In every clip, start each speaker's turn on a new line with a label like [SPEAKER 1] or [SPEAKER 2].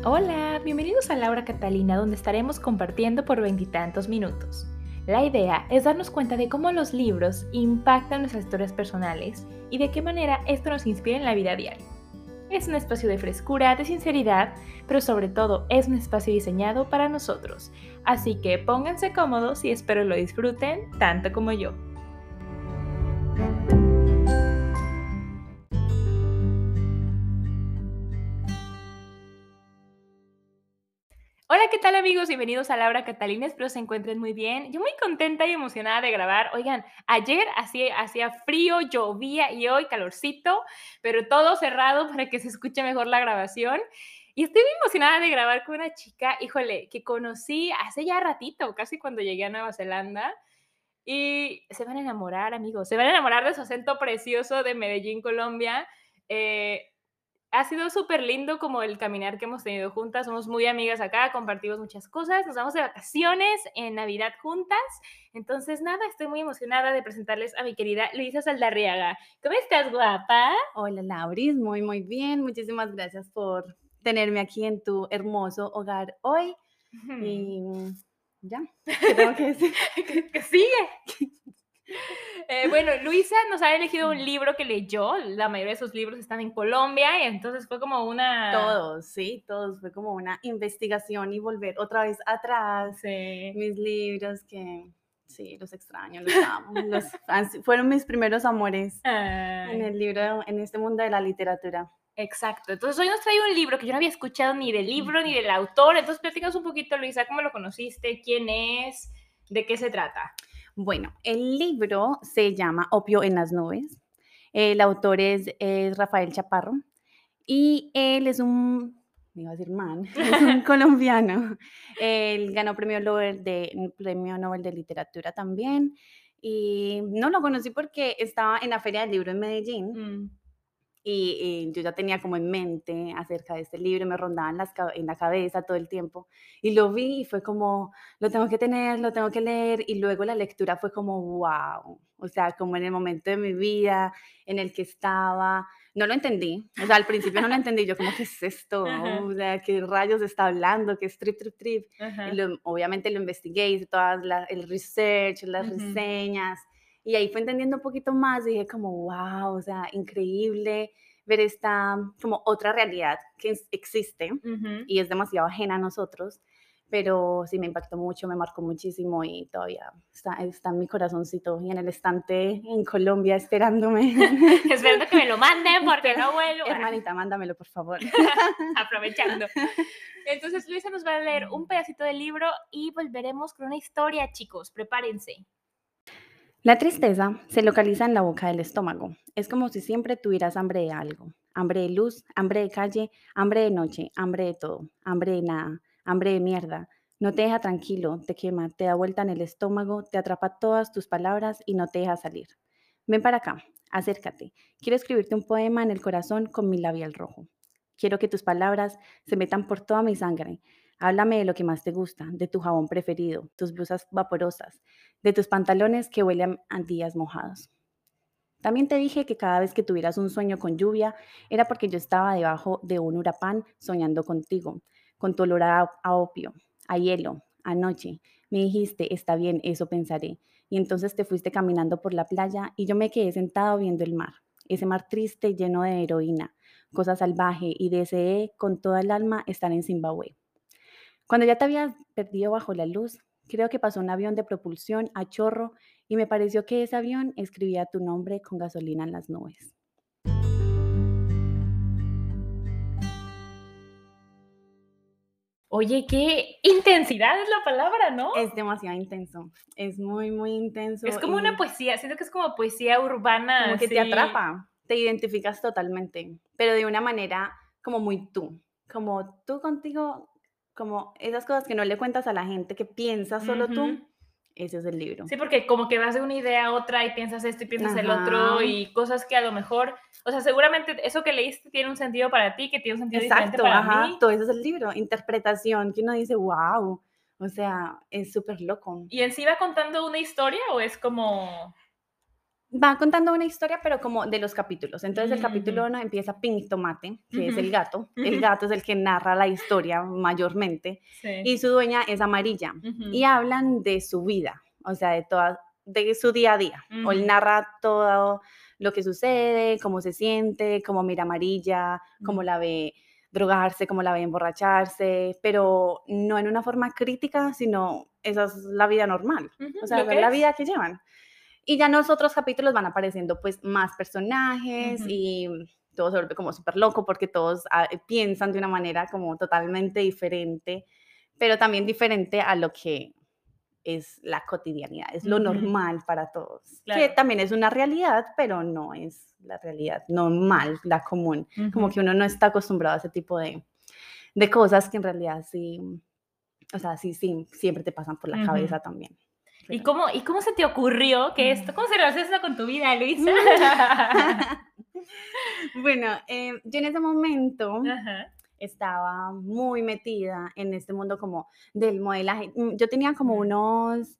[SPEAKER 1] Hola, bienvenidos a Laura Catalina, donde estaremos compartiendo por veintitantos minutos. La idea es darnos cuenta de cómo los libros impactan nuestras historias personales y de qué manera esto nos inspira en la vida diaria. Es un espacio de frescura, de sinceridad, pero sobre todo es un espacio diseñado para nosotros. Así que pónganse cómodos y espero lo disfruten tanto como yo. Hola, ¿qué tal amigos? Bienvenidos a Laura Catalina, espero se encuentren muy bien. Yo muy contenta y emocionada de grabar. Oigan, ayer hacía frío, llovía y hoy calorcito, pero todo cerrado para que se escuche mejor la grabación. Y estoy muy emocionada de grabar con una chica, híjole, que conocí hace ya ratito, casi cuando llegué a Nueva Zelanda. Y se van a enamorar, amigos, se van a enamorar de su acento precioso de Medellín, Colombia. Eh, Ha sido súper lindo como el caminar que hemos tenido juntas, somos muy amigas acá, compartimos muchas cosas, nos vamos de vacaciones en Navidad juntas, entonces nada, estoy muy emocionada de presentarles a mi querida Luisa Saldarriaga. ¿Cómo estás, guapa?
[SPEAKER 2] Hola Lauris, muy bien. Muchísimas gracias por tenerme aquí en tu hermoso hogar hoy.
[SPEAKER 1] Ujú.
[SPEAKER 2] Y ya, ¿qué tengo que decir?
[SPEAKER 1] ¿Qué sigue? Bueno, Luisa nos ha elegido un libro que leyó, la mayoría de sus libros están en Colombia, y entonces fue como una...
[SPEAKER 2] Todos, sí, todos. Fue como una investigación y volver otra vez atrás.
[SPEAKER 1] Sí.
[SPEAKER 2] Mis libros que sí, los extraño, los amo. Fueron mis primeros amores en
[SPEAKER 1] Ay.
[SPEAKER 2] el libro, en este mundo de la literatura.
[SPEAKER 1] Exacto. Entonces, hoy nos trae un libro que yo no había escuchado ni del libro ni del autor. Entonces, platícanos un poquito, Luisa, ¿cómo lo conociste? ¿Quién es? ¿De qué se trata?
[SPEAKER 2] Bueno, el libro se llama Opio en las nubes. El autor es Rafael Chaparro. Y él es me iba a decir man, es un colombiano. Él ganó premio Nobel de Literatura también. Y no lo conocí porque estaba en la Feria del Libro en Medellín
[SPEAKER 1] Mm.
[SPEAKER 2] y yo ya tenía como en mente acerca de este libro, me rondaban en la cabeza todo el tiempo. Y lo vi y fue como, lo tengo que tener, lo tengo que leer. Y luego la lectura fue como, wow. O sea, como en el momento de mi vida en el que estaba, no lo entendí. O sea, al principio no lo entendí. Yo como, ¿qué es esto?
[SPEAKER 1] Ajá,
[SPEAKER 2] O sea, ¿qué rayos está hablando? ¿Qué es trip, trip, trip? Y
[SPEAKER 1] ajá.
[SPEAKER 2] obviamente lo investigué, hice el research, las
[SPEAKER 1] Ujú.
[SPEAKER 2] reseñas. Y ahí fue entendiendo un poquito más, dije como, wow, o sea, increíble ver esta como otra realidad que existe
[SPEAKER 1] Ujú.
[SPEAKER 2] y es demasiado ajena a nosotros, pero sí me impactó mucho, me marcó muchísimo y todavía está en mi corazoncito y en el estante en Colombia esperándome.
[SPEAKER 1] Esperando que me lo manden porque
[SPEAKER 2] Espera,
[SPEAKER 1] no vuelvo.
[SPEAKER 2] hermanita, mándamelo, por favor.
[SPEAKER 1] Aprovechando. Entonces, Luisa nos va a leer un pedacito del libro y volveremos con una historia, chicos. Prepárense.
[SPEAKER 2] La tristeza se localiza en la boca del estómago. Es como si siempre tuvieras hambre de algo. Hambre de luz, hambre de calle, hambre de noche, hambre de todo, hambre de nada, hambre de mierda. No te deja tranquilo, te quema, te da vuelta en el estómago, te atrapa todas tus palabras y no te deja salir. Ven para acá, acércate. Quiero escribirte un poema en el corazón con mi labial rojo. Quiero que tus palabras se metan por toda mi sangre. Háblame de lo que más te gusta, de tu jabón preferido, tus blusas vaporosas, de tus pantalones que huelen a días mojados. También te dije que cada vez que tuvieras un sueño con lluvia era porque yo estaba debajo de un huracán soñando contigo, con tu olor a opio, a hielo, a noche. Me dijiste, está bien, eso pensaré. Y entonces te fuiste caminando por la playa y yo me quedé sentado viendo el mar, ese mar triste lleno de heroína, cosa salvaje, y deseé con toda el alma estar en Zimbabue. Cuando ya te habías perdido bajo la luz, creo que pasó un avión de propulsión a chorro y me pareció que ese avión escribía tu nombre con gasolina en las nubes.
[SPEAKER 1] Oye, qué intensidad es la palabra, ¿no?
[SPEAKER 2] Es demasiado intenso, es muy
[SPEAKER 1] Es
[SPEAKER 2] intenso
[SPEAKER 1] como una
[SPEAKER 2] y
[SPEAKER 1] poesía, siento que es como poesía urbana,
[SPEAKER 2] como que te
[SPEAKER 1] así.
[SPEAKER 2] atrapa, te identificas totalmente, pero de una manera como muy como tú contigo, como esas cosas que no le cuentas a la gente, que piensas solo
[SPEAKER 1] Ujú.
[SPEAKER 2] tú, ese es el libro.
[SPEAKER 1] Sí, porque como que vas de una idea a otra y piensas esto y piensas el otro
[SPEAKER 2] Ajá.
[SPEAKER 1] y cosas que a lo mejor, o sea, seguramente eso que leíste tiene un sentido para ti, que tiene un sentido diferente
[SPEAKER 2] Exacto,
[SPEAKER 1] para
[SPEAKER 2] ajá,
[SPEAKER 1] mí.
[SPEAKER 2] todo eso es el libro, interpretación, que uno dice: "Guau", o sea, es súper loco.
[SPEAKER 1] ¿Y en sí va contando una historia o es como?
[SPEAKER 2] va contando una historia, pero como de los capítulos. Entonces, el capítulo
[SPEAKER 1] Ujú,
[SPEAKER 2] 1 empieza Pink Tomate, que es
[SPEAKER 1] ujú,
[SPEAKER 2] el gato. El
[SPEAKER 1] ujú.
[SPEAKER 2] gato es el que narra la historia mayormente,
[SPEAKER 1] Sí.
[SPEAKER 2] y su dueña es Amarilla, y
[SPEAKER 1] Ujú,
[SPEAKER 2] hablan de su vida, o sea, de su día a día. O él
[SPEAKER 1] ujú,
[SPEAKER 2] narra todo lo que sucede, cómo se siente, cómo mira Amarilla, cómo
[SPEAKER 1] mm,
[SPEAKER 2] la ve drogarse, cómo la ve emborracharse, pero no en una forma crítica, sino esa es la vida normal,
[SPEAKER 1] ujú,
[SPEAKER 2] o sea,
[SPEAKER 1] ¿lo
[SPEAKER 2] esa es
[SPEAKER 1] que
[SPEAKER 2] la
[SPEAKER 1] es?
[SPEAKER 2] vida que llevan. Y ya en los otros capítulos van apareciendo pues más personajes
[SPEAKER 1] Ujú,
[SPEAKER 2] y todo se vuelve como súper loco porque todos piensan de una manera como totalmente diferente, pero también diferente a lo que es la cotidianidad, es lo
[SPEAKER 1] ujú,
[SPEAKER 2] normal para todos, que
[SPEAKER 1] claro.
[SPEAKER 2] también es una realidad, pero no es la realidad normal, la común, como
[SPEAKER 1] Ujú,
[SPEAKER 2] que uno no está acostumbrado a ese tipo de cosas que en realidad sí, o sea, sí, sí, siempre te pasan por la
[SPEAKER 1] ujú.
[SPEAKER 2] cabeza también.
[SPEAKER 1] ¿Y
[SPEAKER 2] Pero...
[SPEAKER 1] cómo se te ocurrió que esto cómo se relaciona esto con tu vida, Luisa?
[SPEAKER 2] Bueno, yo en ese momento
[SPEAKER 1] Ajá.
[SPEAKER 2] estaba muy metida en este mundo como del modelaje. Yo tenía como
[SPEAKER 1] Mm,
[SPEAKER 2] unos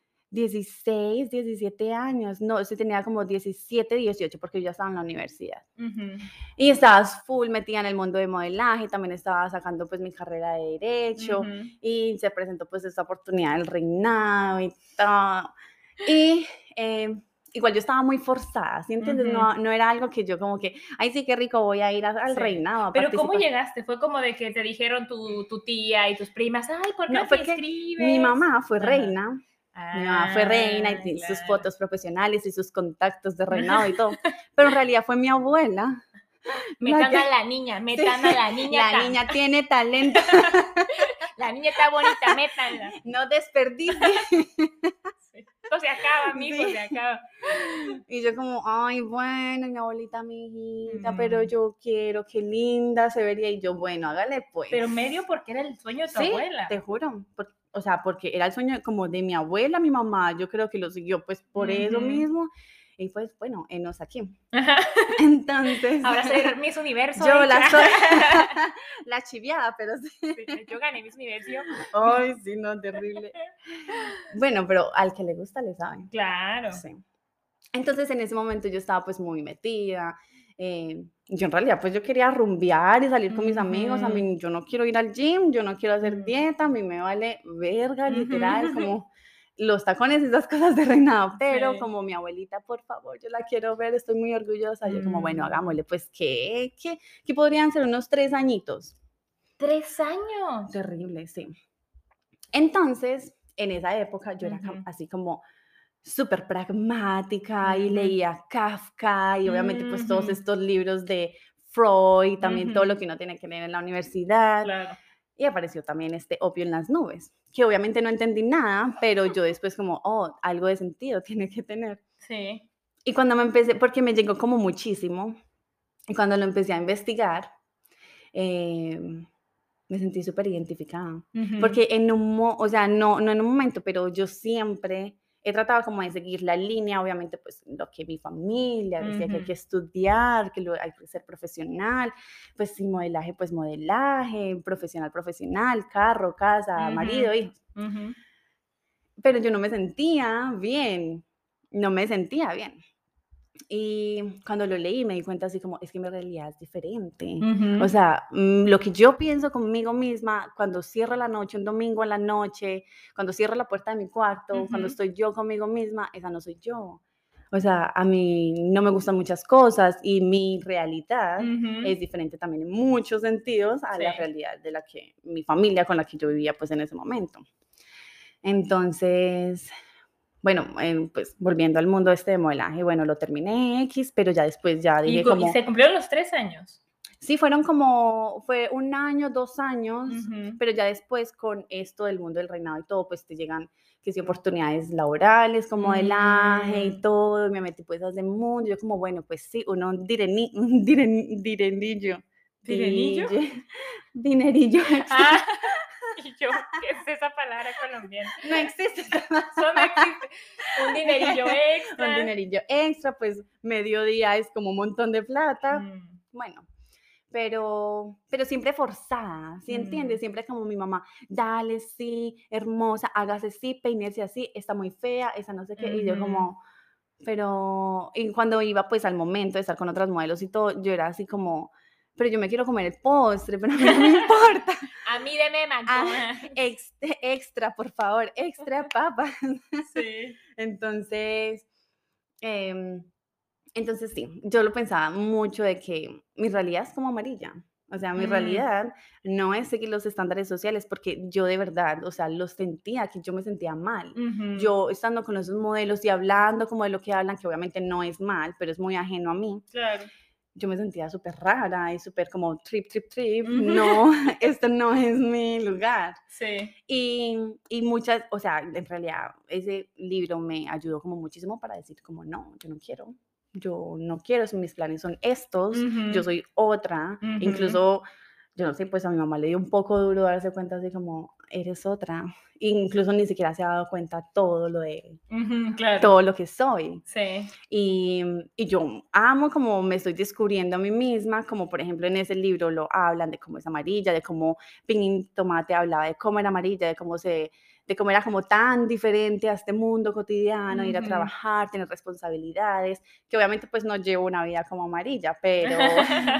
[SPEAKER 2] 16, 17 años, no, sí tenía como 17, 18 porque yo ya estaba en la universidad.
[SPEAKER 1] ujú,
[SPEAKER 2] Y estabas full metida en el mundo de modelaje, también estaba sacando pues mi carrera de derecho
[SPEAKER 1] ujú,
[SPEAKER 2] y se presentó pues esta oportunidad del reinado y todo. Y igual yo estaba muy forzada, ¿sí entiendes?
[SPEAKER 1] ujú.
[SPEAKER 2] No, no era algo que yo como que, ay sí, qué rico, voy a ir al
[SPEAKER 1] Sí.
[SPEAKER 2] reinado a
[SPEAKER 1] Pero, ¿cómo
[SPEAKER 2] participar.
[SPEAKER 1] llegaste? ¿Fue como de que te dijeron tu tía y tus primas: "Ay, ¿por qué
[SPEAKER 2] No,
[SPEAKER 1] no te
[SPEAKER 2] fue que mi
[SPEAKER 1] inscribes?"
[SPEAKER 2] mamá fue
[SPEAKER 1] Ajá.
[SPEAKER 2] reina. Mi mamá fue reina y
[SPEAKER 1] Ah,
[SPEAKER 2] tiene sus
[SPEAKER 1] claro.
[SPEAKER 2] fotos profesionales y sus contactos de reinado y todo. Pero en realidad fue mi abuela la
[SPEAKER 1] Metan
[SPEAKER 2] que,
[SPEAKER 1] a la niña,
[SPEAKER 2] sí,
[SPEAKER 1] metan a la niña
[SPEAKER 2] la
[SPEAKER 1] acá.
[SPEAKER 2] niña tiene talento,
[SPEAKER 1] La niña está bonita, métanla.
[SPEAKER 2] no desperdicie.
[SPEAKER 1] Sí. Esto se acaba, mijo, se
[SPEAKER 2] Sí.
[SPEAKER 1] acaba.
[SPEAKER 2] Y yo como, ay, bueno, mi abuelita, mi hijita, pero
[SPEAKER 1] Mm,
[SPEAKER 2] yo quiero, qué linda se vería. Y yo, bueno, hágale pues.
[SPEAKER 1] pero medio porque era el sueño de tu
[SPEAKER 2] Sí, te
[SPEAKER 1] abuela.
[SPEAKER 2] juro. O sea, porque era el sueño como de mi abuela, mi mamá, yo creo que lo siguió pues por eso
[SPEAKER 1] Ujú.
[SPEAKER 2] mismo. Y pues, bueno, nos aquí.
[SPEAKER 1] Ajá.
[SPEAKER 2] Entonces,
[SPEAKER 1] Ahora ser Miss Universo
[SPEAKER 2] yo
[SPEAKER 1] hecha.
[SPEAKER 2] la soy, la chiviada, pero sí.
[SPEAKER 1] Sí, yo gané Miss Universo.
[SPEAKER 2] Ay, sí, no, terrible. Bueno, pero al que le gusta le sabe.
[SPEAKER 1] Claro.
[SPEAKER 2] Sí. Entonces, en ese momento yo estaba pues muy metida. Yo en realidad pues yo quería rumbear y salir con mis amigos. A
[SPEAKER 1] Ujú,
[SPEAKER 2] mí yo no quiero ir al gym, yo no quiero hacer
[SPEAKER 1] mm,
[SPEAKER 2] dieta, a mí me vale verga, literal,
[SPEAKER 1] ujú.
[SPEAKER 2] como los tacones y esas cosas de reinado. Pero
[SPEAKER 1] Sí.
[SPEAKER 2] como mi abuelita, por favor, yo la quiero ver, estoy muy orgullosa. Yo como, bueno,
[SPEAKER 1] Mm.
[SPEAKER 2] hagámosle, pues, ¿qué podrían ser unos 3 añitos?
[SPEAKER 1] 3 años.
[SPEAKER 2] Terrible, sí. Entonces, en esa época yo era
[SPEAKER 1] Ujú,
[SPEAKER 2] así como súper pragmática y
[SPEAKER 1] ujú,
[SPEAKER 2] leía Kafka y obviamente pues todos
[SPEAKER 1] ujú,
[SPEAKER 2] estos libros de Freud, también todo lo
[SPEAKER 1] ujú.
[SPEAKER 2] que uno tiene que leer en la universidad.
[SPEAKER 1] Claro.
[SPEAKER 2] Y apareció también este Opio en las nubes, que obviamente no entendí nada, pero yo después como, oh, algo de sentido tiene que tener.
[SPEAKER 1] Sí.
[SPEAKER 2] Y cuando me empecé, porque me llegó como muchísimo, y cuando lo empecé a investigar, eh, me sentí súper identificada,
[SPEAKER 1] Ujú,
[SPEAKER 2] porque o sea, no en un momento, pero yo siempre he tratado como de seguir la línea, obviamente, pues lo que mi familia decía que hay que
[SPEAKER 1] ujú,
[SPEAKER 2] estudiar, hay que ser profesional, pues si modelaje, pues modelaje, profesional, profesional, carro, casa,
[SPEAKER 1] ujú,
[SPEAKER 2] marido, hijos.
[SPEAKER 1] ujú,
[SPEAKER 2] Pero yo no me sentía bien, no me sentía bien. Y cuando lo leí me di cuenta así como, es que mi realidad es diferente. O
[SPEAKER 1] ujú,
[SPEAKER 2] sea, lo que yo pienso conmigo misma cuando cierro la noche, un domingo en la noche, cuando cierro la puerta de mi cuarto, cuando
[SPEAKER 1] ujú,
[SPEAKER 2] estoy yo conmigo misma, esa no soy yo. O sea, a mí no me gustan muchas cosas y mi realidad
[SPEAKER 1] ujú.
[SPEAKER 2] es diferente también en muchos sentidos a la
[SPEAKER 1] Sí.
[SPEAKER 2] realidad de la que mi familia con la que yo vivía pues en ese momento. Entonces, bueno, pues volviendo al mundo este de modelaje, bueno, lo terminé X, pero ya después ya dije
[SPEAKER 1] Y
[SPEAKER 2] como,
[SPEAKER 1] se cumplieron los 3 años.
[SPEAKER 2] sí, fue 1 año, 2 años,
[SPEAKER 1] Ujú,
[SPEAKER 2] pero ya después con esto del mundo del reinado y todo, pues te llegan que sí oportunidades laborales con modelaje y
[SPEAKER 1] mm,
[SPEAKER 2] todo, y me metí pues a ese mundo, yo como, bueno, pues sí, un dinerillo,
[SPEAKER 1] ¿Sirenillo?
[SPEAKER 2] dinerillo extra,
[SPEAKER 1] Ah, y yo, ¿qué es esa palabra colombiana?
[SPEAKER 2] no existe.
[SPEAKER 1] Eso no existe. Un dinerillo
[SPEAKER 2] Un
[SPEAKER 1] extra.
[SPEAKER 2] dinerillo extra, pues mediodía es como un montón de plata.
[SPEAKER 1] Mm,
[SPEAKER 2] Bueno, pero siempre forzada, ¿sí
[SPEAKER 1] mm,
[SPEAKER 2] entiendes? Siempre como mi mamá, dale, sí, hermosa, hágase sí, peínese así, está muy fea, esa no sé qué. Y yo
[SPEAKER 1] ujú.
[SPEAKER 2] como, pero y cuando iba, pues, al momento de estar con otras modelos y todo, yo era así como: "Pero yo me quiero comer el postre, pero a mí no me importa".
[SPEAKER 1] A mí deme
[SPEAKER 2] Ah,
[SPEAKER 1] McDonald's.
[SPEAKER 2] extra, por favor, extra papas.
[SPEAKER 1] Sí.
[SPEAKER 2] Entonces, em, entonces sí, yo lo pensaba mucho de que mi realidad es como amarilla. O sea, mi
[SPEAKER 1] Mm,
[SPEAKER 2] realidad no es seguir los estándares sociales, porque yo de verdad, o sea, lo sentía, que yo me sentía mal.
[SPEAKER 1] ujú,
[SPEAKER 2] Yo estando con esos modelos y hablando como de lo que hablan, que obviamente no es mal, pero es muy ajeno a mí,
[SPEAKER 1] claro.
[SPEAKER 2] yo me sentía súper rara y súper como trip, trip, trip.
[SPEAKER 1] Ujú.
[SPEAKER 2] No, esto no es mi lugar.
[SPEAKER 1] Sí.
[SPEAKER 2] Y muchas, o sea, en realidad ese libro me ayudó como muchísimo para decir como no, yo no quiero, mis planes son estos, yo
[SPEAKER 1] Ujú,
[SPEAKER 2] soy otra,
[SPEAKER 1] ujú,
[SPEAKER 2] incluso, yo no sé, pues a mi mamá le dio un poco duro darse cuenta así como, eres otra, incluso ni siquiera se ha dado cuenta
[SPEAKER 1] ujú, claro.
[SPEAKER 2] todo lo que soy.
[SPEAKER 1] Sí.
[SPEAKER 2] Y yo amo como me estoy descubriendo a mí misma, como por ejemplo en ese libro lo hablan de cómo es amarilla, de cómo Pin Tomate hablaba de cómo era amarilla, de cómo era como tan diferente a este mundo cotidiano, ir a
[SPEAKER 1] Ujú.
[SPEAKER 2] trabajar, tener responsabilidades, que obviamente pues no llevo una vida como amarilla, pero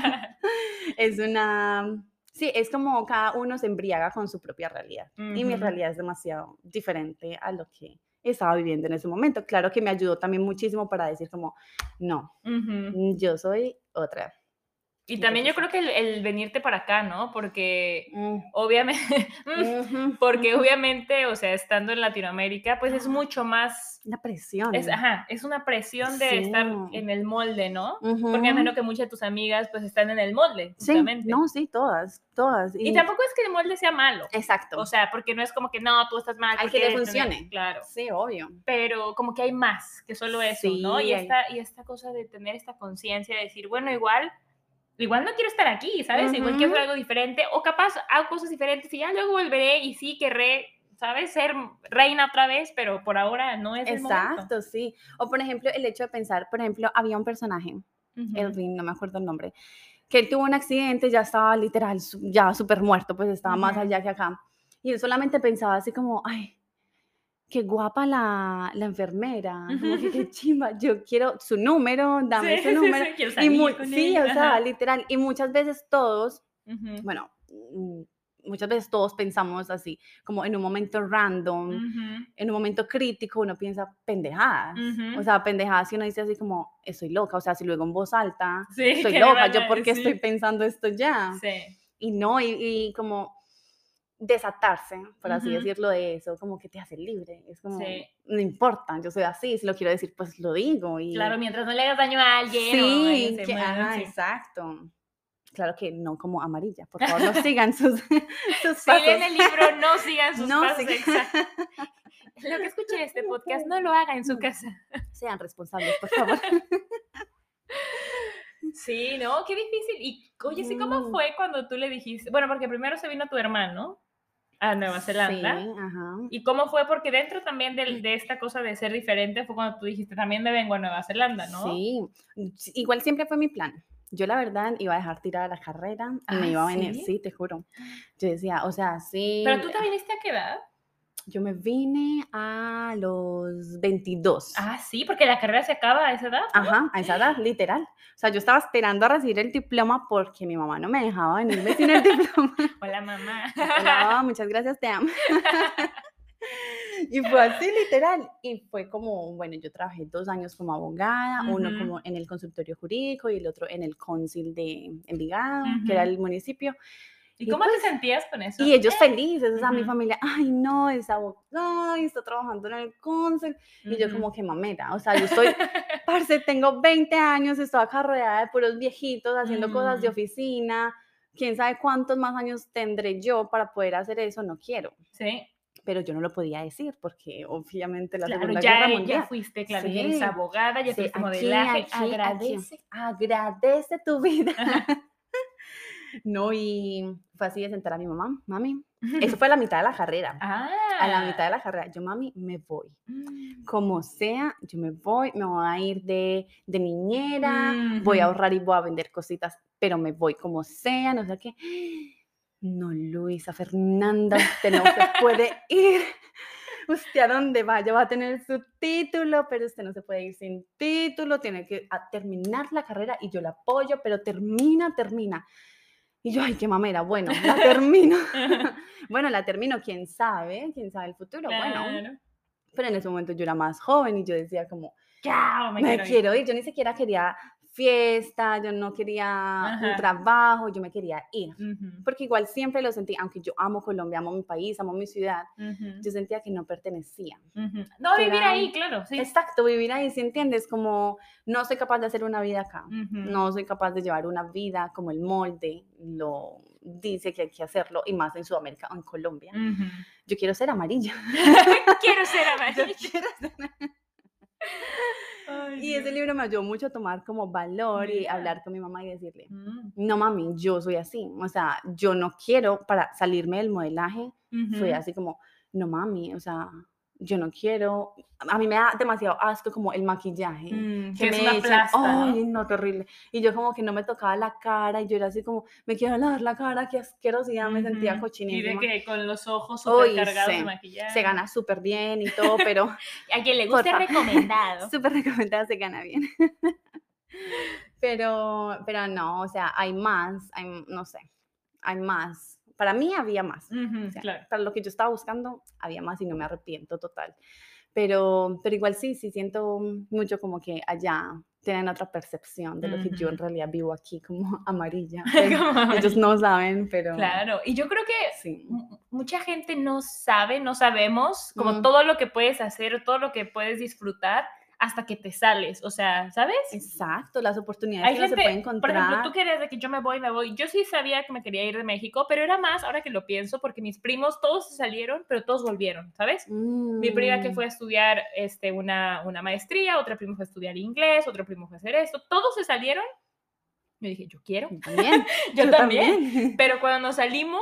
[SPEAKER 2] es una, sí, es como cada uno se embriaga con su propia realidad. Y mi
[SPEAKER 1] Ujú,
[SPEAKER 2] realidad es demasiado diferente a lo que estaba viviendo en ese momento. Claro que me ayudó también muchísimo para decir como, no,
[SPEAKER 1] ujú.
[SPEAKER 2] yo soy otra.
[SPEAKER 1] Y también yo
[SPEAKER 2] Entonces sí.
[SPEAKER 1] creo que el venirte para acá, ¿no? Porque
[SPEAKER 2] Mm,
[SPEAKER 1] obviamente,
[SPEAKER 2] ujú,
[SPEAKER 1] porque
[SPEAKER 2] ujú.
[SPEAKER 1] obviamente, o sea, estando en Latinoamérica, pues es mucho más,
[SPEAKER 2] La
[SPEAKER 1] es,
[SPEAKER 2] presión.
[SPEAKER 1] ajá, es una presión de
[SPEAKER 2] Sí.
[SPEAKER 1] estar en el molde, ¿no? Porque me
[SPEAKER 2] Ujú.
[SPEAKER 1] imagino que muchas de tus amigas pues están en el molde,
[SPEAKER 2] Sí,
[SPEAKER 1] justamente.
[SPEAKER 2] no, sí, todas, todas.
[SPEAKER 1] Y
[SPEAKER 2] Y
[SPEAKER 1] tampoco es que el molde sea malo, o
[SPEAKER 2] exacto.
[SPEAKER 1] sea, porque no es como que no, tú estás mal
[SPEAKER 2] Al que
[SPEAKER 1] porque
[SPEAKER 2] le
[SPEAKER 1] eres tener,
[SPEAKER 2] funcione.
[SPEAKER 1] claro,
[SPEAKER 2] Sí, obvio.
[SPEAKER 1] pero como que hay más que solo eso, ¿no?
[SPEAKER 2] Sí, hay.
[SPEAKER 1] Y esta cosa de tener esta conciencia de decir, bueno, igual no quiero estar aquí, ¿sabes? Igual quiero
[SPEAKER 2] Ujú.
[SPEAKER 1] hacer algo diferente o capaz hago cosas diferentes y ya luego volveré y sí querré, ¿sabes? Ser reina otra vez, pero por ahora no es el momento.
[SPEAKER 2] Exacto, sí. O, por ejemplo, el hecho de pensar, por ejemplo, había un personaje,
[SPEAKER 1] Ujú,
[SPEAKER 2] Elvin, no me acuerdo el nombre, que él tuvo un accidente, ya estaba literal, ya súper muerto, pues estaba más
[SPEAKER 1] ujú,
[SPEAKER 2] allá que acá. Y él solamente pensaba así como, ay, qué guapa la enfermera, como que qué
[SPEAKER 1] ujú.
[SPEAKER 2] chimba, yo quiero su número,
[SPEAKER 1] Sí,
[SPEAKER 2] dame su
[SPEAKER 1] sí,
[SPEAKER 2] número.
[SPEAKER 1] sí, quiero
[SPEAKER 2] Y
[SPEAKER 1] salir
[SPEAKER 2] muy,
[SPEAKER 1] con
[SPEAKER 2] sí,
[SPEAKER 1] él,
[SPEAKER 2] o sea,
[SPEAKER 1] ajá.
[SPEAKER 2] literal. Y muchas veces todos,
[SPEAKER 1] Ujú,
[SPEAKER 2] bueno, muchas veces todos pensamos así, como en un momento random,
[SPEAKER 1] ujú,
[SPEAKER 2] en un momento crítico, uno piensa pendejadas. O
[SPEAKER 1] ujú.
[SPEAKER 2] sea, pendejadas y uno dice así como, estoy loca. O sea, si luego en voz alta,
[SPEAKER 1] Sí,
[SPEAKER 2] estoy
[SPEAKER 1] que me
[SPEAKER 2] loca,
[SPEAKER 1] van
[SPEAKER 2] ¿yo
[SPEAKER 1] a
[SPEAKER 2] por qué estoy
[SPEAKER 1] decir.
[SPEAKER 2] pensando esto ya?
[SPEAKER 1] Sí.
[SPEAKER 2] Y no, y como desatarse, por así
[SPEAKER 1] Ujú,
[SPEAKER 2] decirlo, de eso, como que te hace libre. Es como,
[SPEAKER 1] sí.
[SPEAKER 2] no importa, yo soy así, si lo quiero decir, pues lo digo.
[SPEAKER 1] Claro,
[SPEAKER 2] Y
[SPEAKER 1] mientras no le hagas daño a alguien o alguien
[SPEAKER 2] sí,
[SPEAKER 1] se
[SPEAKER 2] que,
[SPEAKER 1] muera,
[SPEAKER 2] ajá,
[SPEAKER 1] sí.
[SPEAKER 2] exacto. Claro que no como amarilla, por favor, no sigan sus, sus
[SPEAKER 1] Si leen
[SPEAKER 2] pasos.
[SPEAKER 1] el libro, no sigan sus
[SPEAKER 2] No
[SPEAKER 1] pasos,
[SPEAKER 2] sigan.
[SPEAKER 1] exacto. Lo que escuchen en este podcast, no lo haga en su casa.
[SPEAKER 2] Sean responsables, por favor.
[SPEAKER 1] Sí, no, qué difícil. Y oye, sí, ¿cómo
[SPEAKER 2] Ujú.
[SPEAKER 1] fue cuando tú le dijiste? Bueno, porque primero se vino tu hermano a Nueva Zelanda.
[SPEAKER 2] Sí, ajá.
[SPEAKER 1] ¿Y cómo fue? Porque dentro también de esta cosa de ser diferente fue cuando tú dijiste, también me vengo a Nueva Zelanda, ¿no?
[SPEAKER 2] Sí, igual siempre fue mi plan. Yo la verdad iba a dejar tirada la carrera y me
[SPEAKER 1] Ah,
[SPEAKER 2] iba a venir,
[SPEAKER 1] sí.
[SPEAKER 2] sí, te juro. Yo decía, o sea,
[SPEAKER 1] Pero
[SPEAKER 2] sí,
[SPEAKER 1] tú te viniste a qué edad.
[SPEAKER 2] yo me vine a los 22.
[SPEAKER 1] Ah, sí, porque la carrera se acaba a esa edad, ¿no?
[SPEAKER 2] Ajá, a esa edad, literal. O sea, yo estaba esperando a recibir el diploma porque mi mamá no me dejaba venirme sin el diploma.
[SPEAKER 1] Hola, mamá.
[SPEAKER 2] Hola, mamá, muchas gracias, te amo. Y fue así, literal. Y fue como, bueno, yo trabajé 2 años como abogada, uno
[SPEAKER 1] Ujú,
[SPEAKER 2] como en el consultorio jurídico y el otro en el cónsul de Envigado, que era
[SPEAKER 1] ujú.
[SPEAKER 2] el municipio.
[SPEAKER 1] ¿Y
[SPEAKER 2] Y
[SPEAKER 1] cómo te
[SPEAKER 2] pues,
[SPEAKER 1] sentías con eso?
[SPEAKER 2] y ellos felices, o sea, mi
[SPEAKER 1] Ujú,
[SPEAKER 2] familia, ay, no, es abogada y está trabajando en el cónsul. Y yo
[SPEAKER 1] ujú.
[SPEAKER 2] como que mamera, o sea, yo estoy, parce, tengo 20 años, estoy acá rodeada de puros viejitos haciendo cosas de
[SPEAKER 1] Mm,
[SPEAKER 2] oficina. Quién sabe cuántos más años tendré yo para poder hacer eso, no quiero.
[SPEAKER 1] sí,
[SPEAKER 2] Pero yo no lo podía decir porque obviamente la
[SPEAKER 1] claro,
[SPEAKER 2] Segunda Guerra
[SPEAKER 1] ya
[SPEAKER 2] Mundial.
[SPEAKER 1] fuiste, claro, ya eres
[SPEAKER 2] Sí,
[SPEAKER 1] abogada, ya
[SPEAKER 2] sí,
[SPEAKER 1] tuviste
[SPEAKER 2] aquí,
[SPEAKER 1] modelaje,
[SPEAKER 2] aquí, aquí.
[SPEAKER 1] agradece.
[SPEAKER 2] Agradece tu vida.
[SPEAKER 1] Ajá.
[SPEAKER 2] No, y fue así de sentar a mi mamá, mami. Eso fue a la mitad de la carrera. A la mitad de
[SPEAKER 1] Ah.
[SPEAKER 2] la carrera, yo, mami, me voy.
[SPEAKER 1] Mm,
[SPEAKER 2] Como sea, yo me voy a ir de niñera, voy a
[SPEAKER 1] ujú.
[SPEAKER 2] ahorrar y voy a vender cositas, pero me voy como sea, no sé qué. No, Luisa, Fernanda, usted no se puede ir. usted a donde vaya va a tener su título, pero usted no se puede ir sin título, tiene que terminar la carrera y yo la apoyo, pero termina, termina. Y yo, ay, qué mamera, bueno, la termino. Bueno, la termino, quién sabe el futuro, bueno.
[SPEAKER 1] Claro.
[SPEAKER 2] Pero en ese momento yo era más joven y yo decía como,
[SPEAKER 1] Chao, me
[SPEAKER 2] me
[SPEAKER 1] quiero ir.
[SPEAKER 2] quiero ir, yo ni siquiera quería fiesta, yo no quería un
[SPEAKER 1] Ajá.
[SPEAKER 2] trabajo, yo me quería ir.
[SPEAKER 1] Ujú,
[SPEAKER 2] Porque igual siempre lo sentí, aunque yo amo Colombia, amo mi país, amo mi ciudad,
[SPEAKER 1] ujú,
[SPEAKER 2] yo sentía que no pertenecía,
[SPEAKER 1] ujú. No,
[SPEAKER 2] que
[SPEAKER 1] vivir
[SPEAKER 2] era
[SPEAKER 1] ahí, claro, sí.
[SPEAKER 2] exacto, vivir ahí, ¿sí entiendes? Como no soy capaz de hacer una vida acá,
[SPEAKER 1] Ujú.
[SPEAKER 2] no soy capaz de llevar una vida como el molde lo dice que hay que hacerlo, y más en Sudamérica o en Colombia.
[SPEAKER 1] Ujú.
[SPEAKER 2] Yo quiero ser amarilla.
[SPEAKER 1] Quiero ser
[SPEAKER 2] Yo
[SPEAKER 1] amarilla.
[SPEAKER 2] quiero ser
[SPEAKER 1] Ay,
[SPEAKER 2] Y ese
[SPEAKER 1] Dios.
[SPEAKER 2] libro me ayudó mucho a tomar como valor y
[SPEAKER 1] Mira.
[SPEAKER 2] hablar con mi mamá y decirle,
[SPEAKER 1] Mm.
[SPEAKER 2] no mami, yo soy así, o sea, yo no quiero, para salirme del modelaje, fue
[SPEAKER 1] Ujú.
[SPEAKER 2] así como, no mami, o sea, yo no quiero, a mí me da demasiado asco como el maquillaje, que
[SPEAKER 1] Que es una
[SPEAKER 2] me echen,
[SPEAKER 1] plasta, ¿no?
[SPEAKER 2] ay, no, terrible, y yo como que no me tocaba la cara, y yo era así como, me quiero lavar la cara, qué asquerosidad, me sentía
[SPEAKER 1] Ujú. Y de
[SPEAKER 2] cochinísima.
[SPEAKER 1] que con los ojos
[SPEAKER 2] Uy,
[SPEAKER 1] supercargados de
[SPEAKER 2] se
[SPEAKER 1] maquillaje.
[SPEAKER 2] gana súper bien y todo, pero
[SPEAKER 1] A quien le guste,
[SPEAKER 2] porfa,
[SPEAKER 1] recomendado.
[SPEAKER 2] súper recomendada, se gana bien. Pero no, o sea, hay más, no sé, hay más. Para mí había más. O
[SPEAKER 1] Ujú,
[SPEAKER 2] sea,
[SPEAKER 1] claro.
[SPEAKER 2] para lo que yo estaba buscando, había más y no me arrepiento total. Pero igual sí, sí siento mucho como que allá tienen otra percepción de lo que yo en
[SPEAKER 1] Ujú.
[SPEAKER 2] realidad vivo aquí como amarilla, pero
[SPEAKER 1] Como
[SPEAKER 2] ellos
[SPEAKER 1] amarillo.
[SPEAKER 2] no saben, pero
[SPEAKER 1] Claro, y yo creo que
[SPEAKER 2] sí.
[SPEAKER 1] mucha gente no sabe, no sabemos como
[SPEAKER 2] Mm,
[SPEAKER 1] todo lo que puedes hacer, todo lo que puedes disfrutar hasta que te sales, o sea, ¿sabes?
[SPEAKER 2] exacto, las oportunidades
[SPEAKER 1] Hay
[SPEAKER 2] que uno se
[SPEAKER 1] gente,
[SPEAKER 2] puede
[SPEAKER 1] por ejemplo, tú
[SPEAKER 2] encontrar.
[SPEAKER 1] querías de que yo me voy, me voy. Yo sí sabía que me quería ir de México, pero era más, ahora que lo pienso, porque mis primos todos se salieron, pero todos volvieron, ¿sabes? Mi prima que fue
[SPEAKER 2] Mm,
[SPEAKER 1] a estudiar una maestría, otra prima fue a estudiar inglés, otro primo fue a hacer esto, todos se salieron. Yo dije, yo quiero,
[SPEAKER 2] yo también,
[SPEAKER 1] yo
[SPEAKER 2] yo
[SPEAKER 1] también.
[SPEAKER 2] también.
[SPEAKER 1] Pero cuando nos salimos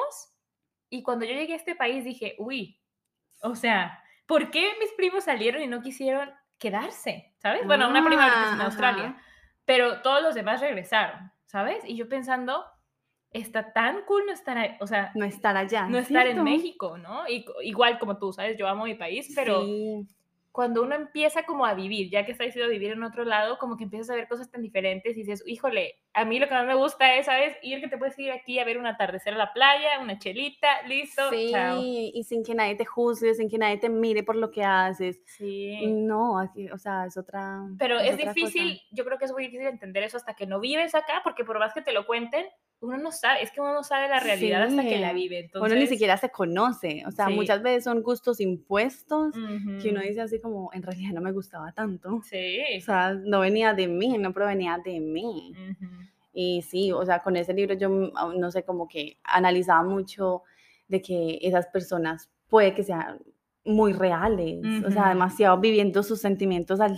[SPEAKER 1] y cuando yo llegué a este país dije, uy, o sea, ¿por qué mis primos salieron y no quisieron quedarse? ¿Sabes? Bueno, una prima ahorita está en
[SPEAKER 2] Ah,
[SPEAKER 1] Australia,
[SPEAKER 2] ajá.
[SPEAKER 1] pero todos los demás regresaron, ¿sabes? Y yo pensando, está tan cool no estar, o sea,
[SPEAKER 2] No estar allá,
[SPEAKER 1] no estar en
[SPEAKER 2] ¿cierto?
[SPEAKER 1] México, ¿no? Y, igual como tú, ¿sabes? Yo amo mi país, pero
[SPEAKER 2] Sí,
[SPEAKER 1] cuando uno empieza como a vivir, ya que está decidido a vivir en otro lado, como que empiezas a ver cosas tan diferentes y dices, híjole, a mí lo que más me gusta es, ¿sabes? Ir que te puedes ir aquí a ver un atardecer a la playa, una chelita, listo, chao.
[SPEAKER 2] sí, y sin que nadie te juzgue, sin que nadie te mire por lo que haces.
[SPEAKER 1] Sí.
[SPEAKER 2] No, aquí, o sea,
[SPEAKER 1] Pero
[SPEAKER 2] es
[SPEAKER 1] es
[SPEAKER 2] otra cosa.
[SPEAKER 1] difícil, yo creo que es muy difícil entender eso hasta que no vives acá, porque por más que te lo cuenten, uno no sabe, es que uno no sabe la realidad hasta que la
[SPEAKER 2] Sí,
[SPEAKER 1] vive.
[SPEAKER 2] uno ni
[SPEAKER 1] Entonces,
[SPEAKER 2] siquiera se conoce, o sea,
[SPEAKER 1] sí.
[SPEAKER 2] muchas veces son gustos impuestos que uno
[SPEAKER 1] Ujú.
[SPEAKER 2] dice así como, en realidad no me gustaba tanto. O
[SPEAKER 1] Sí.
[SPEAKER 2] sea, no venía de mí, no provenía de mí.
[SPEAKER 1] Ujú.
[SPEAKER 2] Y sí, o sea, con ese libro yo, no sé, como que analizaba mucho de que esas personas puede que sean muy reales, o sea,
[SPEAKER 1] Ujú.
[SPEAKER 2] demasiado viviendo sus sentimientos al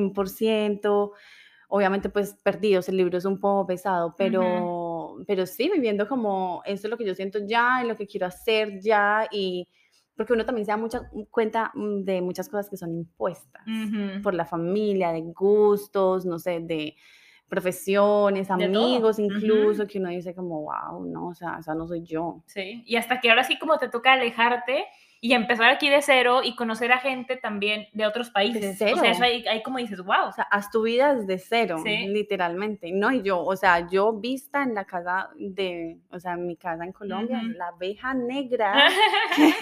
[SPEAKER 2] 100%, obviamente pues perdidos, el libro es un poco pesado,
[SPEAKER 1] Ujú.
[SPEAKER 2] pero sí, viviendo como esto es lo que yo siento ya y lo que quiero hacer ya, y porque uno también se da mucha cuenta de muchas cosas que son impuestas
[SPEAKER 1] Ujú.
[SPEAKER 2] por la familia, de gustos, no sé, de profesiones,
[SPEAKER 1] De todo.
[SPEAKER 2] amigos
[SPEAKER 1] Ujú.
[SPEAKER 2] incluso, que uno dice como, wow, no, o sea, esa no soy yo.
[SPEAKER 1] Sí, y hasta que ahora sí como te toca alejarte y empezar aquí de cero y conocer a gente también de otros
[SPEAKER 2] De
[SPEAKER 1] países. O sea, eso
[SPEAKER 2] cero.
[SPEAKER 1] ahí como dices,
[SPEAKER 2] O
[SPEAKER 1] wow.
[SPEAKER 2] sea, haz tu vida desde cero,
[SPEAKER 1] Sí.
[SPEAKER 2] literalmente. No, y yo, o sea, yo vista en la casa o sea, en mi casa en Colombia, es
[SPEAKER 1] Ujú.
[SPEAKER 2] la abeja negra que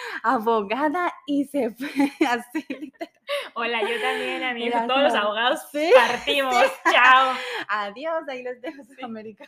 [SPEAKER 2] abogada y se fue así, literal.
[SPEAKER 1] Hola, yo también, amigo.
[SPEAKER 2] Era
[SPEAKER 1] Todos los
[SPEAKER 2] como,
[SPEAKER 1] abogados
[SPEAKER 2] sí, sí,
[SPEAKER 1] partimos. Chao.
[SPEAKER 2] adiós, ahí los dejo,
[SPEAKER 1] Sí.
[SPEAKER 2] Sudamérica.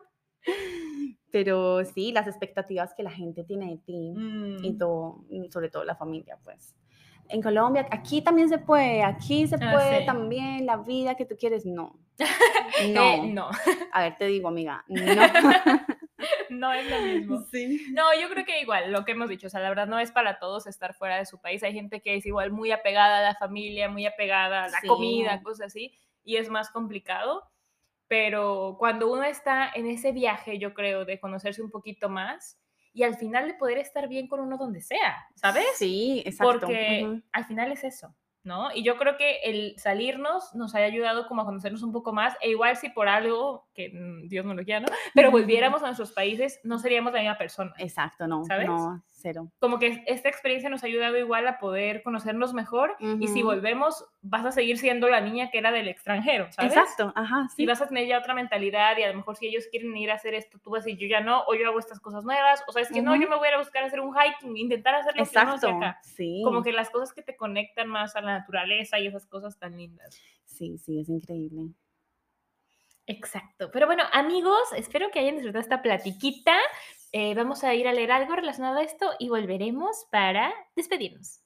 [SPEAKER 2] Pero sí, las expectativas que la gente tiene de ti y
[SPEAKER 1] Mm.
[SPEAKER 2] todo, sobre todo la familia, pues. En Colombia, aquí se
[SPEAKER 1] Ah,
[SPEAKER 2] puede
[SPEAKER 1] sí.
[SPEAKER 2] también la vida que tú quieres, no, no.
[SPEAKER 1] No.
[SPEAKER 2] A ver, te digo, amiga, no.
[SPEAKER 1] No es lo mismo.
[SPEAKER 2] Sí,
[SPEAKER 1] No, yo creo que igual, lo que hemos dicho, o sea, la verdad no es para todos estar fuera de su país. Hay gente que es igual muy apegada a la familia, muy apegada a la
[SPEAKER 2] sí,
[SPEAKER 1] comida, cosas así, y es más complicado. Pero cuando uno está en ese viaje, yo creo, de conocerse un poquito más y al final de poder estar bien con uno donde sea, ¿sabes?
[SPEAKER 2] sí, exacto.
[SPEAKER 1] Porque
[SPEAKER 2] Ujú.
[SPEAKER 1] al final es eso, ¿no? Y yo creo que el salirnos nos ha ayudado como a conocernos un poco más, e igual si por algo que Dios no lo quiera, ¿no? Pero volviéramos a nuestros países, no seríamos la misma persona.
[SPEAKER 2] Exacto, no,
[SPEAKER 1] ¿Sabes?
[SPEAKER 2] no, cero.
[SPEAKER 1] Como que esta experiencia nos ha ayudado igual a poder conocernos mejor y si volvemos vas a seguir siendo la niña que era del extranjero, ¿sabes?
[SPEAKER 2] Exacto, ajá, sí.
[SPEAKER 1] Y vas a tener ya otra mentalidad y a lo mejor si ellos quieren ir a hacer esto, tú vas a decir, yo ya no, o yo hago estas cosas nuevas, o sabes que no, yo me voy a ir a buscar hacer un hiking, intentar hacer lo que uno hace acá.
[SPEAKER 2] Sí.
[SPEAKER 1] Como que las cosas que te conectan más a la naturaleza y esas cosas tan lindas.
[SPEAKER 2] Sí, sí, es increíble.
[SPEAKER 1] Exacto. Pero bueno, amigos, espero que hayan disfrutado esta platiquita. Vamos a ir a leer algo relacionado a esto y volveremos para despedirnos.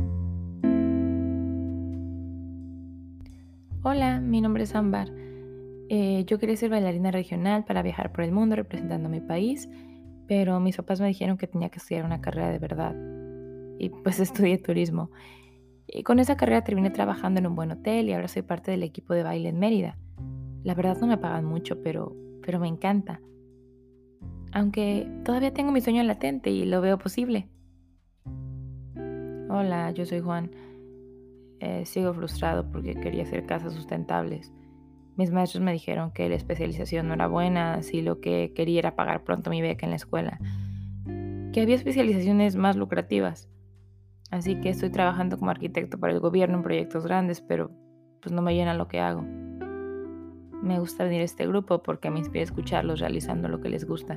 [SPEAKER 1] Hola, mi nombre es Ámbar. Yo quería ser bailarina regional para viajar por el mundo representando a mi país, pero mis papás me dijeron que tenía que estudiar una carrera de verdad. Y pues estudié turismo. Y con esa carrera terminé trabajando en un buen hotel y ahora soy parte del equipo de baile en Mérida. La verdad no me pagan mucho, pero me encanta. Aunque todavía tengo mi sueño latente y lo veo posible. Hola, yo soy Juan. Sigo frustrado porque quería hacer casas sustentables. Mis maestros me dijeron que la especialización no era buena si lo que quería era pagar pronto mi beca en la escuela. Que había especializaciones más lucrativas. Así que estoy trabajando como arquitecto para el gobierno en proyectos grandes, pero pues no me llena lo que hago. Me gusta venir a este grupo porque me inspira a escucharlos realizando lo que les gusta.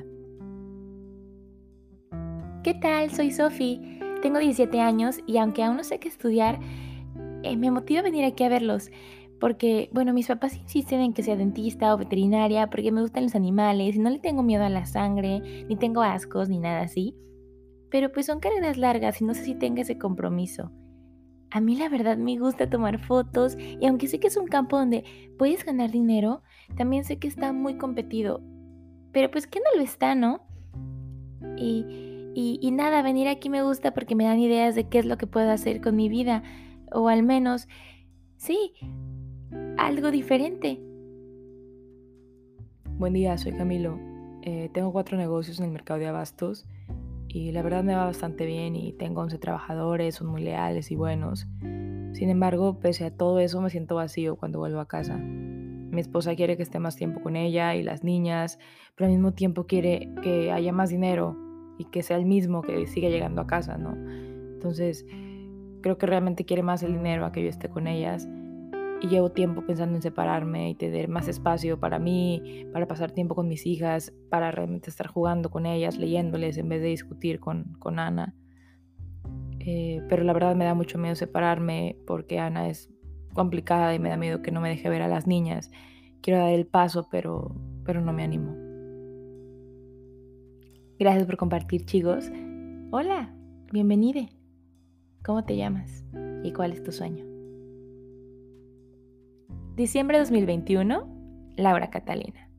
[SPEAKER 1] ¿Qué tal? Soy Sofi. Tengo 17 años y aunque aún no sé qué estudiar, me motiva venir aquí a verlos. Porque, bueno, mis papás insisten en que sea dentista o veterinaria porque me gustan los animales y no le tengo miedo a la sangre, ni tengo ascos, ni nada así. Pero pues son carreras largas y no sé si tenga ese compromiso. A mí la verdad me gusta tomar fotos y aunque sé que es un campo donde puedes ganar dinero, también sé que está muy competido. Pero pues que no lo está, ¿no? Y nada, venir aquí me gusta porque me dan ideas de qué es lo que puedo hacer con mi vida. O al menos, sí, algo diferente.
[SPEAKER 3] Buen día, soy Camilo. Tengo 4 negocios en el mercado de abastos y la verdad me va bastante bien y tengo 11 trabajadores, son muy leales y buenos. Sin embargo, pese a todo eso, me siento vacío cuando vuelvo a casa. Mi esposa quiere que esté más tiempo con ella y las niñas, pero al mismo tiempo quiere que haya más dinero y que sea el mismo que siga llegando a casa, ¿no? Entonces, creo que realmente quiere más el dinero a que yo esté con ellas. Y llevo tiempo pensando en separarme y tener más espacio para mí, para pasar tiempo con mis hijas, para realmente estar jugando con ellas, leyéndoles en vez de discutir con Ana. Pero la verdad me da mucho miedo separarme porque Ana es complicada y me da miedo que no me deje ver a las niñas. Quiero dar el paso, pero no me animo.
[SPEAKER 1] Gracias por compartir, chicos. Hola, bienvenida. ¿Cómo te llamas? ¿Y cuál es tu sueño? Diciembre de 2021, Laura Catalina.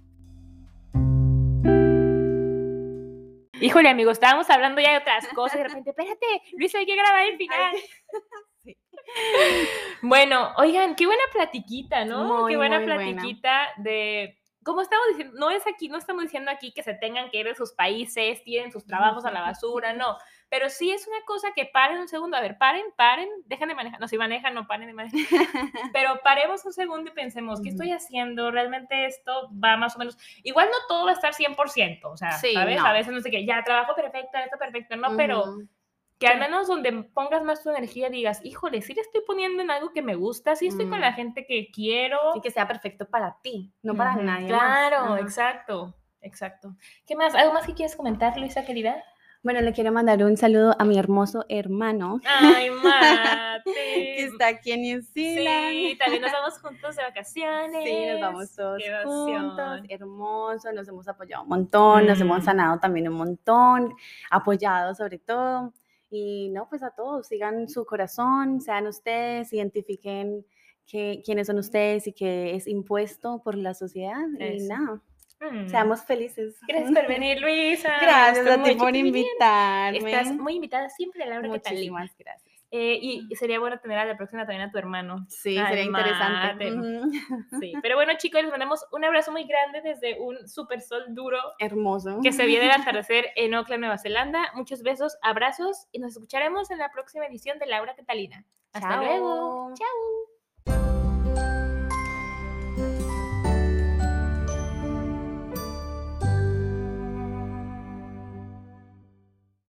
[SPEAKER 1] Híjole, amigos, estábamos hablando ya de otras cosas y de repente, espérate, Luis, hay que grabar el final. Sí. Bueno, oigan, qué buena platiquita, ¿no? Qué buena platiquita de... Como estamos diciendo, no estamos diciendo aquí que se tengan que ir de sus países, tiren sus trabajos a la basura, no. Pero sí es una cosa que paren un segundo, a ver, paren, dejen de manejar, no, si manejan, no paren de manejar, pero paremos un segundo y pensemos, ¿qué estoy haciendo? ¿Realmente esto va más o menos? Igual no todo va a estar 100%, o sea, sí, ¿sabes? No. A veces no sé qué, ya, trabajo perfecto, esto perfecto, no, pero que al menos donde pongas más tu energía digas, híjole, sí le estoy poniendo en algo que me gusta, sí estoy con la gente que quiero.
[SPEAKER 2] Y que sea perfecto para ti, no para nadie
[SPEAKER 1] más.
[SPEAKER 2] Claro,
[SPEAKER 1] exacto. ¿Qué más? ¿Algo más que quieres comentar, Luisa, querida?
[SPEAKER 2] Bueno, le quiero mandar un saludo a mi hermoso hermano.
[SPEAKER 1] ¡Ay, Mate!
[SPEAKER 2] Que está aquí en New Zealand.
[SPEAKER 1] Sí, también nos vamos juntos de vacaciones.
[SPEAKER 2] Sí, nos vamos todos juntos, hermoso, nos hemos apoyado un montón, nos hemos sanado también un montón, apoyado sobre todo. Y no, pues a todos, sigan su corazón, sean ustedes, identifiquen quiénes son ustedes y qué es impuesto por la sociedad. Y nada. Seamos felices.
[SPEAKER 1] Gracias por venir, Luisa.
[SPEAKER 2] Gracias a ti por invitarme.
[SPEAKER 1] Estás muy invitada siempre a Laura Catalina.
[SPEAKER 2] Muchísimas gracias.
[SPEAKER 1] Y sería bueno tener a la próxima también a tu hermano.
[SPEAKER 2] Sí, sería interesante.
[SPEAKER 1] Sí, pero bueno, chicos, les mandamos un abrazo muy grande desde un super sol duro.
[SPEAKER 2] Hermoso.
[SPEAKER 1] Que se viene al atardecer en Auckland, Nueva Zelanda. Muchos besos, abrazos y nos escucharemos en la próxima edición de Laura Catalina. Hasta luego. Chao.